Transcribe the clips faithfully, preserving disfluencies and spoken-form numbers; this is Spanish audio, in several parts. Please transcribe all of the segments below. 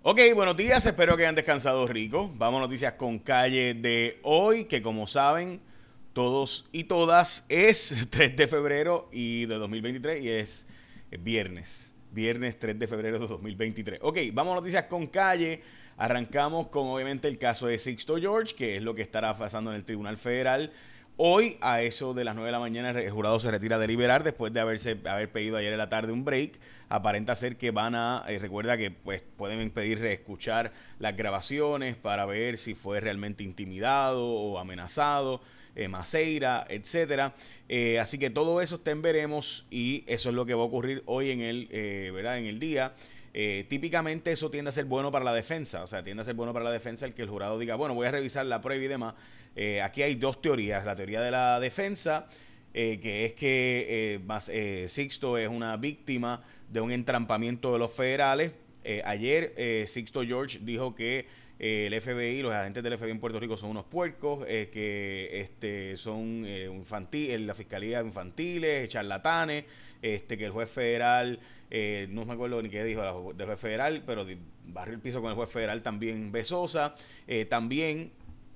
Ok, buenos días, espero que hayan descansado rico. Vamos a noticias con calle de hoy, que como saben, todos y todas es tres de febrero y de dos mil veintitrés y es viernes. Viernes tres de febrero de dos mil veintitrés. Ok, vamos a noticias con calle. Arrancamos con obviamente el caso de Sixto George, que es lo que estará pasando en el Tribunal Federal. Hoy, a eso de las nueve de la mañana, el jurado se retira a deliberar después de haberse, haber pedido ayer en la tarde un break. Aparenta ser que van a, eh, recuerda que pues pueden pedir reescuchar las grabaciones para ver si fue realmente intimidado o amenazado, eh, Maceira, etcétera. Eh, así que todo eso está en veremos y eso es lo que va a ocurrir hoy en el, eh, ¿verdad? En el día. Eh, típicamente eso tiende a ser bueno para la defensa, o sea, tiende a ser bueno para la defensa el que el jurado diga, bueno, voy a revisar la prueba y demás. Eh, aquí hay dos teorías, la teoría de la defensa, eh, que es que eh, más, eh, Sixto es una víctima de un entrampamiento de los federales. Eh, ayer eh, Sixto George dijo que eh, el F B I, los agentes del F B I en Puerto Rico son unos puercos, eh, que este, son eh, infantil, la fiscalía infantiles, charlatanes, este, que el juez federal, eh, no me acuerdo ni qué dijo del juez federal, pero barrió el piso con el juez federal también Besosa. Eh, también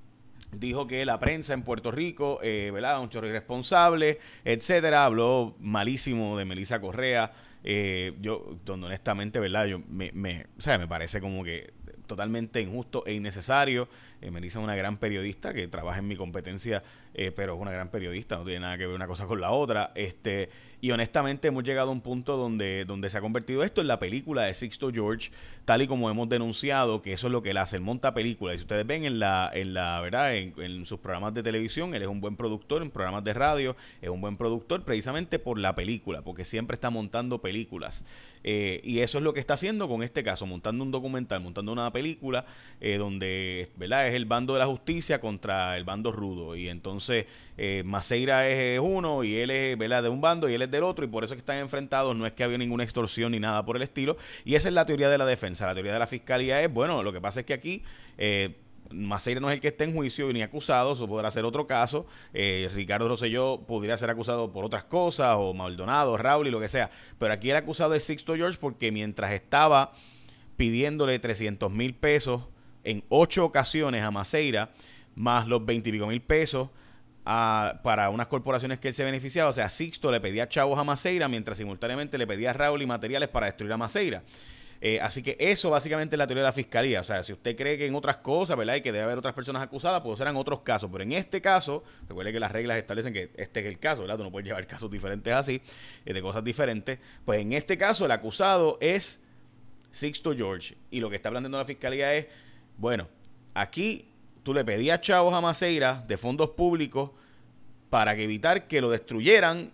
dijo que la prensa en Puerto Rico, eh, ¿verdad? Un chorro irresponsable, etcétera. Habló malísimo de Melissa Correa. Eh, yo, donde honestamente, ¿verdad? Yo me, me, o sea, me parece como que totalmente injusto e innecesario. Eh, Melissa es una gran periodista que trabaja en mi competencia, eh, pero es una gran periodista, no tiene nada que ver una cosa con la otra. Este, y honestamente hemos llegado a un punto donde, donde se ha convertido esto en la película de Sixto George, tal y como hemos denunciado, que eso es lo que él hace, él monta películas. Y si ustedes ven en la, en la verdad, en, en sus programas de televisión, él es un buen productor, en programas de radio, es un buen productor precisamente por la película, porque siempre está montando películas. Eh, y eso es lo que está haciendo con este caso, montando un documental, montando una película eh, donde, ¿verdad?, es el bando de la justicia contra el bando rudo. Y entonces eh, Maceira es uno y él es, ¿verdad?, de un bando y él es del otro, y por eso es que están enfrentados. No es que había ninguna extorsión ni nada por el estilo. Y esa es la teoría de la defensa. La teoría de la fiscalía es, bueno, lo que pasa es que aquí eh, Maceira no es el que está en juicio ni acusado, eso podrá ser otro caso. eh, Ricardo Rosselló podría ser acusado por otras cosas, o Maldonado, Raúl y lo que sea, pero aquí el acusado es Sixto George, porque mientras estaba pidiéndole trescientos mil pesos en ocho ocasiones a Maceira, más los veinte y pico mil pesos a, para unas corporaciones que él se beneficiaba, o sea, Sixto le pedía chavos a Maceira, mientras simultáneamente le pedía a Raúl y materiales para destruir a Maceira. Eh, así que eso básicamente es la teoría de la fiscalía. O sea, si usted cree que en otras cosas, ¿verdad?, y que debe haber otras personas acusadas, pues serán otros casos. Pero en este caso, recuerde que las reglas establecen que este es el caso, ¿verdad? Tú no puedes llevar casos diferentes así, eh, de cosas diferentes. Pues en este caso el acusado es Sixto George. Y lo que está planteando la fiscalía es, bueno, aquí tú le pedías chavos a Maceira de fondos públicos para que evitar que lo destruyeran,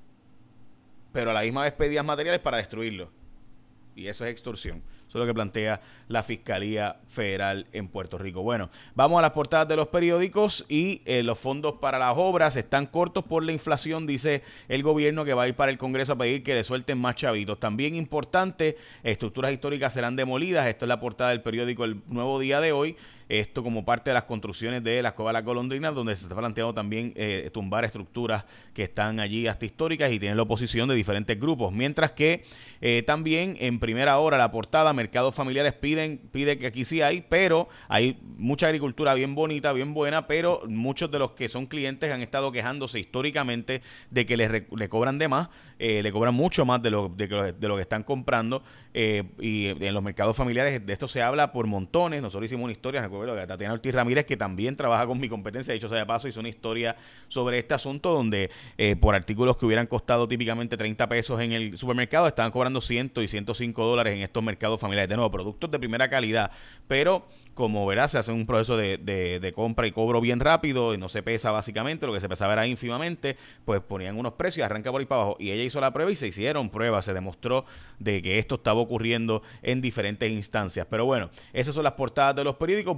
pero a la misma vez pedías materiales para destruirlo. Y eso es extorsión. Eso es lo que plantea la Fiscalía Federal en Puerto Rico. Bueno, vamos a las portadas de los periódicos y eh, los fondos para las obras están cortos por la inflación, dice el gobierno, que va a ir para el Congreso a pedir que le suelten más chavitos. También importante, estructuras históricas serán demolidas. Esto es la portada del periódico El Nuevo Día de hoy. Esto como parte de las construcciones de las Cueva de la Golondrina, donde se está planteando también eh, tumbar estructuras que están allí hasta históricas y tienen la oposición de diferentes grupos. Mientras que eh, también en primera hora la portada, mercados familiares piden pide que aquí sí hay, pero hay mucha agricultura bien bonita, bien buena, pero muchos de los que son clientes han estado quejándose históricamente de que le, le cobran de más, eh, le cobran mucho más de lo, de, de lo que están comprando, eh, y en los mercados familiares de esto se habla por montones. Nosotros hicimos una historia, recuerdo, de Tatiana Ortiz Ramírez, que también trabaja con mi competencia, dicho sea de paso, hizo una historia sobre este asunto donde eh, por artículos que hubieran costado típicamente treinta pesos en el supermercado, estaban cobrando cien y ciento cinco dólares en estos mercados familiares. De nuevo, productos de primera calidad, pero como verás, se hace un proceso de, de, de compra y cobro bien rápido y no se pesa básicamente, lo que se pesaba era ínfimamente, pues ponían unos precios y arranca por ahí para abajo. Y ella hizo la prueba y se hicieron pruebas, se demostró de que esto estaba ocurriendo en diferentes instancias. Pero bueno, esas son las portadas de los periódicos.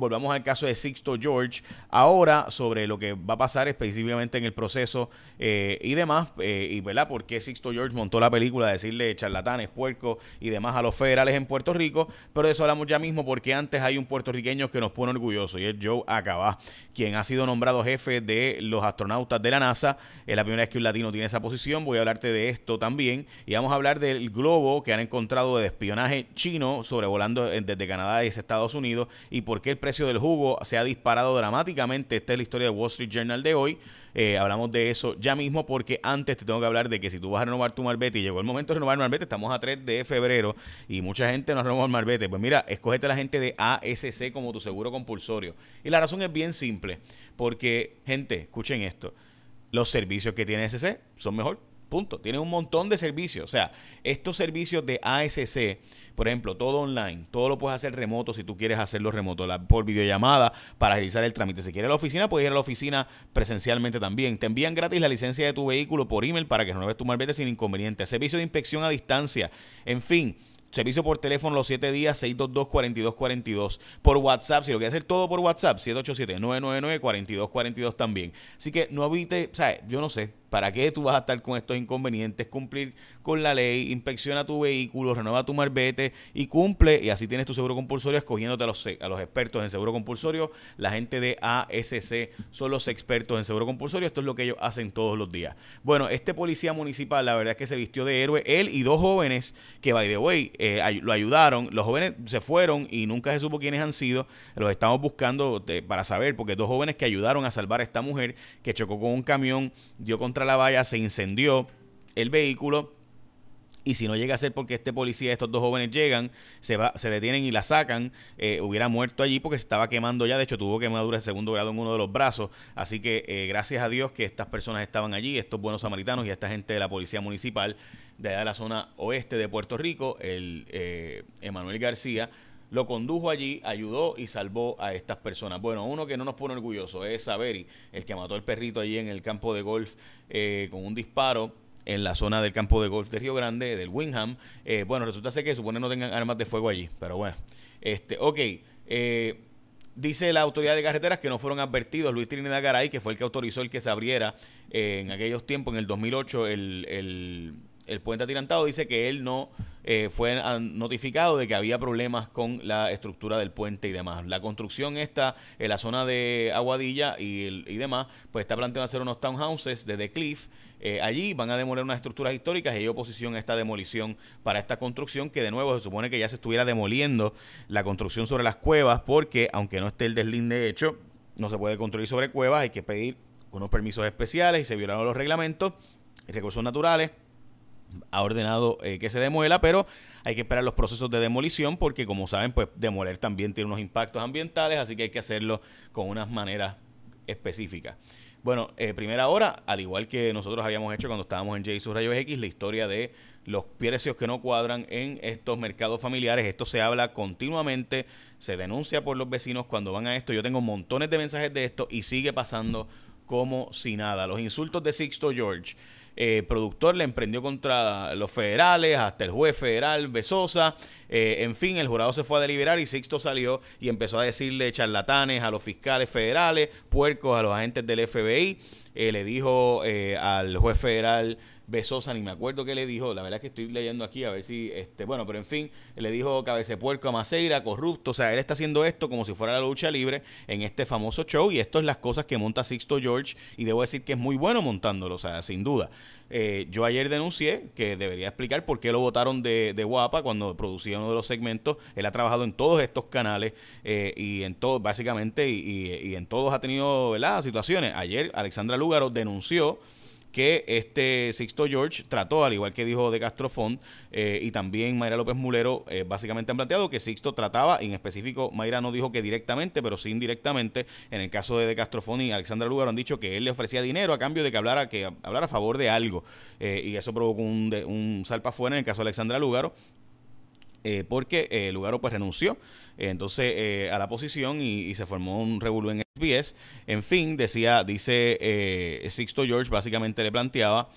volvamos al caso de Sixto George, ahora sobre lo que va a pasar específicamente en el proceso eh, y demás, eh, y ¿verdad? Por qué Sixto George montó la película de decirle charlatanes, puercos y demás a los federales en Puerto Rico, pero de eso hablamos ya mismo porque antes hay un puertorriqueño que nos pone orgulloso y es Joe Acabá, quien ha sido nombrado jefe de los astronautas de la NASA. Es la primera vez que un latino tiene esa posición. Voy a hablarte de esto también y vamos a hablar del globo que han encontrado de espionaje chino sobrevolando desde Canadá y Estados Unidos y por qué el precio del jugo se ha disparado dramáticamente. Esta es la historia de Wall Street Journal de hoy. Eh, hablamos de eso ya mismo porque antes te tengo que hablar de que si tú vas a renovar tu marbete y llegó el momento de renovar el marbete, estamos a tres de febrero y mucha gente no renovó el marbete, pues mira, escógete a la gente de A S C como tu seguro compulsorio. Y la razón es bien simple, porque gente, escuchen esto, los servicios que tiene A S C son mejor. Punto. Tiene un montón de servicios. O sea, estos servicios de A S C, por ejemplo, todo online, todo lo puedes hacer remoto si tú quieres hacerlo remoto, la, por videollamada para realizar el trámite. Si quieres a la oficina, puedes ir a la oficina presencialmente también. Te envían gratis la licencia de tu vehículo por email para que renueves tu marbete sin inconveniente. Servicio de inspección a distancia. En fin. Servicio por teléfono los siete días, seis dos dos, cuatro dos cuatro dos. Por WhatsApp, si lo quieres hacer todo por WhatsApp, siete ocho siete, nueve nueve nueve, cuatro dos cuatro dos también. Así que no evite, ¿sabes? Yo no sé, ¿para qué tú vas a estar con estos inconvenientes? Cumplir con la ley, inspecciona tu vehículo, renueva tu marbete y cumple. Y así tienes tu seguro compulsorio escogiéndote a los, a los expertos en seguro compulsorio. La gente de A S C son los expertos en seguro compulsorio. Esto es lo que ellos hacen todos los días. Bueno, este policía municipal, la verdad es que se vistió de héroe. Él y dos jóvenes que, by the way, Eh, ay- lo ayudaron. Los jóvenes se fueron y nunca se supo quiénes han sido. Los estamos buscando de, para saber, porque dos jóvenes que ayudaron a salvar a esta mujer que chocó con un camión, dio contra la valla, se incendió el vehículo. Y si no llega a ser porque este policía, estos dos jóvenes llegan, se va, se detienen y la sacan, eh, hubiera muerto allí porque se estaba quemando ya. De hecho, tuvo quemaduras de segundo grado en uno de los brazos. Así que eh, gracias a Dios que estas personas estaban allí, estos buenos samaritanos y esta gente de la policía municipal de allá de la zona oeste de Puerto Rico, el eh, Emanuel García, lo condujo allí, ayudó y salvó a estas personas. Bueno, uno que no nos pone orgulloso es Saveri, el que mató al perrito allí en el campo de golf eh, con un disparo en la zona del campo de golf de Río Grande, del Wingham. Eh, bueno, resulta ser que supone no tengan armas de fuego allí, pero bueno. Este, ok, eh, dice la autoridad de carreteras que no fueron advertidos. Luis Trinidad Garay, que fue el que autorizó el que se abriera eh, en aquellos tiempos, en el dos mil ocho, el, el, el puente atirantado, dice que él no eh, fue notificado de que había problemas con la estructura del puente y demás. La construcción está en la zona de Aguadilla y, el, y demás, pues está planteando hacer unos townhouses de The Cliff. Eh, allí van a demoler unas estructuras históricas y hay oposición a esta demolición para esta construcción, que de nuevo se supone que ya se estuviera demoliendo la construcción sobre las cuevas, porque aunque no esté el deslinde hecho, no se puede construir sobre cuevas, hay que pedir unos permisos especiales y se violaron los reglamentos. Recursos Naturales ha ordenado eh, que se demuela, pero hay que esperar los procesos de demolición porque, como saben, pues demoler también tiene unos impactos ambientales, así que hay que hacerlo con unas maneras específicas. Bueno, eh, primera hora, al igual que nosotros habíamos hecho cuando estábamos en J sus Rayos X, la historia de los precios que no cuadran en estos mercados familiares. Esto se habla continuamente, se denuncia por los vecinos cuando van a esto. Yo tengo montones de mensajes de esto y sigue pasando como si nada. Los insultos de Sixto George. Eh, productor le emprendió contra los federales, hasta el juez federal Bezosa, eh, en fin, el jurado se fue a deliberar y Sixto salió y empezó a decirle charlatanes a los fiscales federales, puercos a los agentes del F B I, eh, le dijo eh, al juez federal Bezosa, ni me acuerdo qué le dijo, la verdad es que estoy leyendo aquí a ver si, este, bueno, pero en fin, le dijo cabecepuerco a Maceira, corrupto. O sea, él está haciendo esto como si fuera la lucha libre en este famoso show, y esto es las cosas que monta Sixto George, y debo decir que es muy bueno montándolo, o sea, sin duda. Eh, yo ayer denuncié que debería explicar por qué lo votaron de, de Guapa cuando producía uno de los segmentos. Él ha trabajado en todos estos canales eh, y en todos, básicamente, y, y, y en todos ha tenido, ¿verdad?, situaciones. Ayer Alexandra Lúgaro denunció que este Sixto George trató, al igual que dijo de Castrofón, eh, y también Mayra López Mulero, eh, básicamente han planteado que Sixto trataba, y en específico Mayra no dijo que directamente, pero sí indirectamente, en el caso de de Castrofón y Alexandra Lúgaro han dicho que él le ofrecía dinero a cambio de que hablara, que hablara a favor de algo, eh, y eso provocó un, de, un salpa afuera en el caso de Alexandra Lúgaro. Eh, porque eh, Lugaro pues renunció eh, entonces eh, a la posición y, y se formó un revolú en S B S. En fin, decía, dice eh, Sixto George, básicamente le planteaba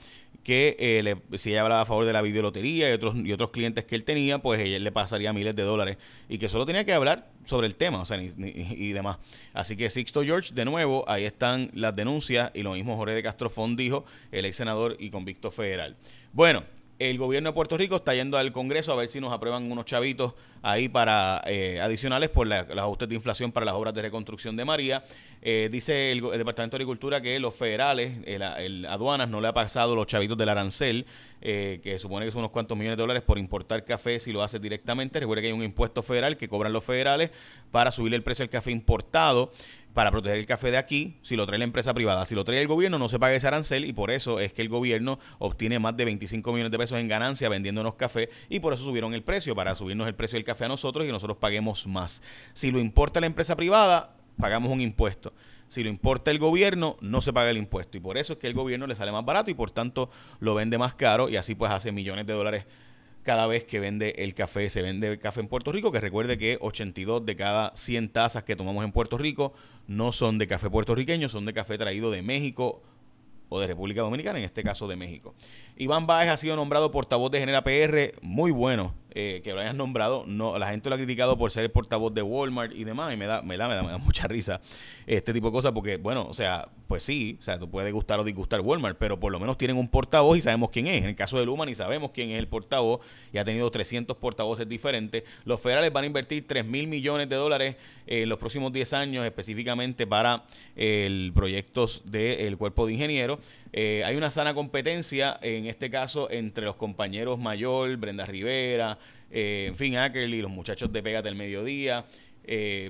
que eh, le, si ella hablaba a favor de la videolotería y otros, y otros clientes que él tenía, pues ella le pasaría miles de dólares y que solo tenía que hablar sobre el tema, o sea, ni, ni, y demás. Así que Sixto George, de nuevo, ahí están las denuncias y lo mismo Jorge de Castrofón dijo, el ex senador y convicto federal. Bueno, el gobierno de Puerto Rico está yendo al Congreso a ver si nos aprueban unos chavitos ahí para eh, adicionales por la, los ajustes de inflación para las obras de reconstrucción de María. Eh, dice el, el Departamento de Agricultura que los federales, el, el aduanas, no le ha pasado los chavitos del arancel, eh, que supone que son unos cuantos millones de dólares por importar café si lo hace directamente. Recuerde que hay un impuesto federal que cobran los federales para subir el precio del café importado, para proteger el café de aquí, si lo trae la empresa privada. Si lo trae el gobierno, no se paga ese arancel, y por eso es que el gobierno obtiene más de veinticinco millones de pesos en ganancia vendiéndonos café, y por eso subieron el precio, para subirnos el precio del café a nosotros y nosotros paguemos más. Si lo importa la empresa privada, pagamos un impuesto. Si lo importa el gobierno, no se paga el impuesto, y por eso es que el gobierno le sale más barato y por tanto lo vende más caro, y así pues hace millones de dólares cada vez que vende el café. Se vende el café en Puerto Rico, que recuerde que ochenta y dos de cada cien tazas que tomamos en Puerto Rico no son de café puertorriqueño, son de café traído de México o de República Dominicana, en este caso de México. Iván Báez ha sido nombrado portavoz de Genera P R, muy bueno eh, que lo hayan nombrado. No, la gente lo ha criticado por ser el portavoz de Walmart y demás, y me da, me da, me da, me da mucha risa este tipo de cosas, porque, bueno, o sea, pues sí, o sea, tú puedes gustar o disgustar Walmart, pero por lo menos tienen un portavoz y sabemos quién es. En el caso de Luma ni sabemos quién es el portavoz, y ha tenido trescientos portavoces diferentes. Los federales van a invertir tres mil millones de dólares en los próximos diez años, específicamente para eh, el proyectos del Cuerpo de Ingenieros. Eh, hay una sana competencia, en este caso, entre los compañeros Mayor, Brenda Rivera, eh, en fin, Ackerly, los muchachos de Pégate al Mediodía, eh,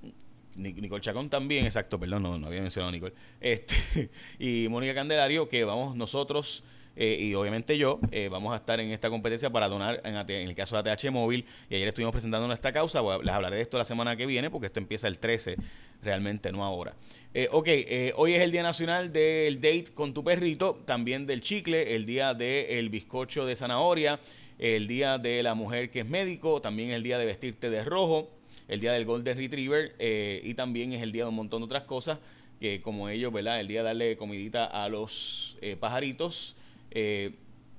Nicole Chacón también, exacto, perdón, no, no había mencionado a Nicole, este, y Mónica Candelario, que vamos nosotros, eh, y obviamente yo, eh, vamos a estar en esta competencia para donar en, en el caso de A T H Móvil, y ayer estuvimos presentando esta causa. Les hablaré de esto la semana que viene, porque esto empieza el trece, realmente, no ahora. Eh, ok, eh, hoy es el Día Nacional del Date con tu perrito, también del chicle, el día del bizcocho de zanahoria, el día de la mujer que es médico, también el día de vestirte de rojo, el día del Golden Retriever, eh, y también es el día de un montón de otras cosas, que como ellos, ¿verdad? El día de darle comidita a los eh, pajaritos. Eh,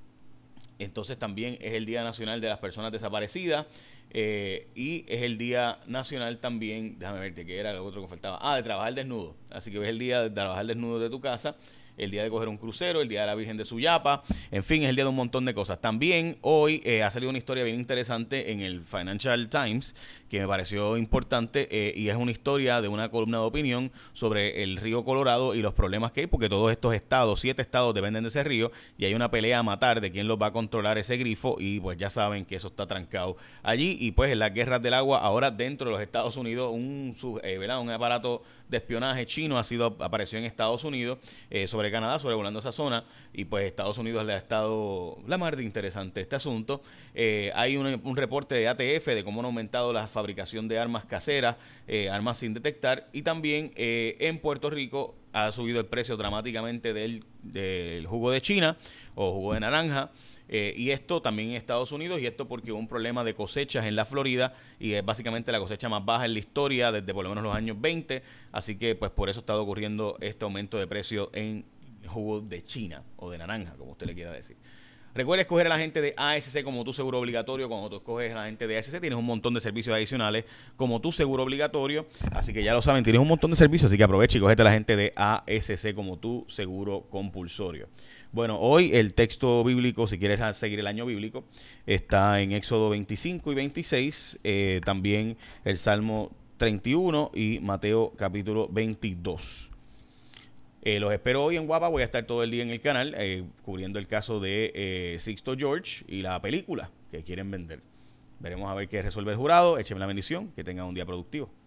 entonces también es el Día Nacional de las Personas Desaparecidas, eh, y es el Día Nacional también, déjame ver, que era lo otro que faltaba, ah, de trabajar desnudo. Así que es el día de trabajar desnudo de tu casa, el día de coger un crucero, el día de la Virgen de Suyapa, en fin, es el día de un montón de cosas. También hoy eh, ha salido una historia bien interesante en el Financial Times, que me pareció importante, eh, y es una historia de una columna de opinión sobre el río Colorado y los problemas que hay, porque todos estos estados, siete estados dependen de ese río, y hay una pelea a matar de quién los va a controlar ese grifo, y pues ya saben que eso está trancado allí. Y pues en las guerras del agua, ahora dentro de los Estados Unidos, un, eh, ¿verdad? un aparato de espionaje chino ha sido apareció en Estados Unidos, eh, sobre Canadá, sobrevolando esa zona, y pues Estados Unidos le ha estado la mar de interesante este asunto. Eh, hay un, un reporte de A T F de cómo han aumentado la fabricación de armas caseras, eh, armas sin detectar, y también eh, en Puerto Rico ha subido el precio dramáticamente del, del jugo de China o jugo de naranja. Eh, y esto también en Estados Unidos, y esto porque hubo un problema de cosechas en la Florida, y es básicamente la cosecha más baja en la historia desde por lo menos los años veinte, así que pues por eso ha estado ocurriendo este aumento de precio en jugo de China o de naranja, como usted le quiera decir. Recuerda escoger a la gente de A S C como tu seguro obligatorio. Cuando tú escoges a la gente de A S C, tienes un montón de servicios adicionales como tu seguro obligatorio. Así que ya lo saben, tienes un montón de servicios. Así que aprovecha y cógete a la gente de A S C como tu seguro compulsorio. Bueno, hoy el texto bíblico, si quieres seguir el año bíblico, está en Éxodo veinticinco y veintiséis. Eh, también el Salmo treinta y uno y Mateo capítulo veintidós. Eh, los espero hoy en Guapa. Voy a estar todo el día en el canal eh, cubriendo el caso de eh, Sixto George y la película que quieren vender. Veremos a ver qué resuelve el jurado. Échenme la bendición. Que tengan un día productivo.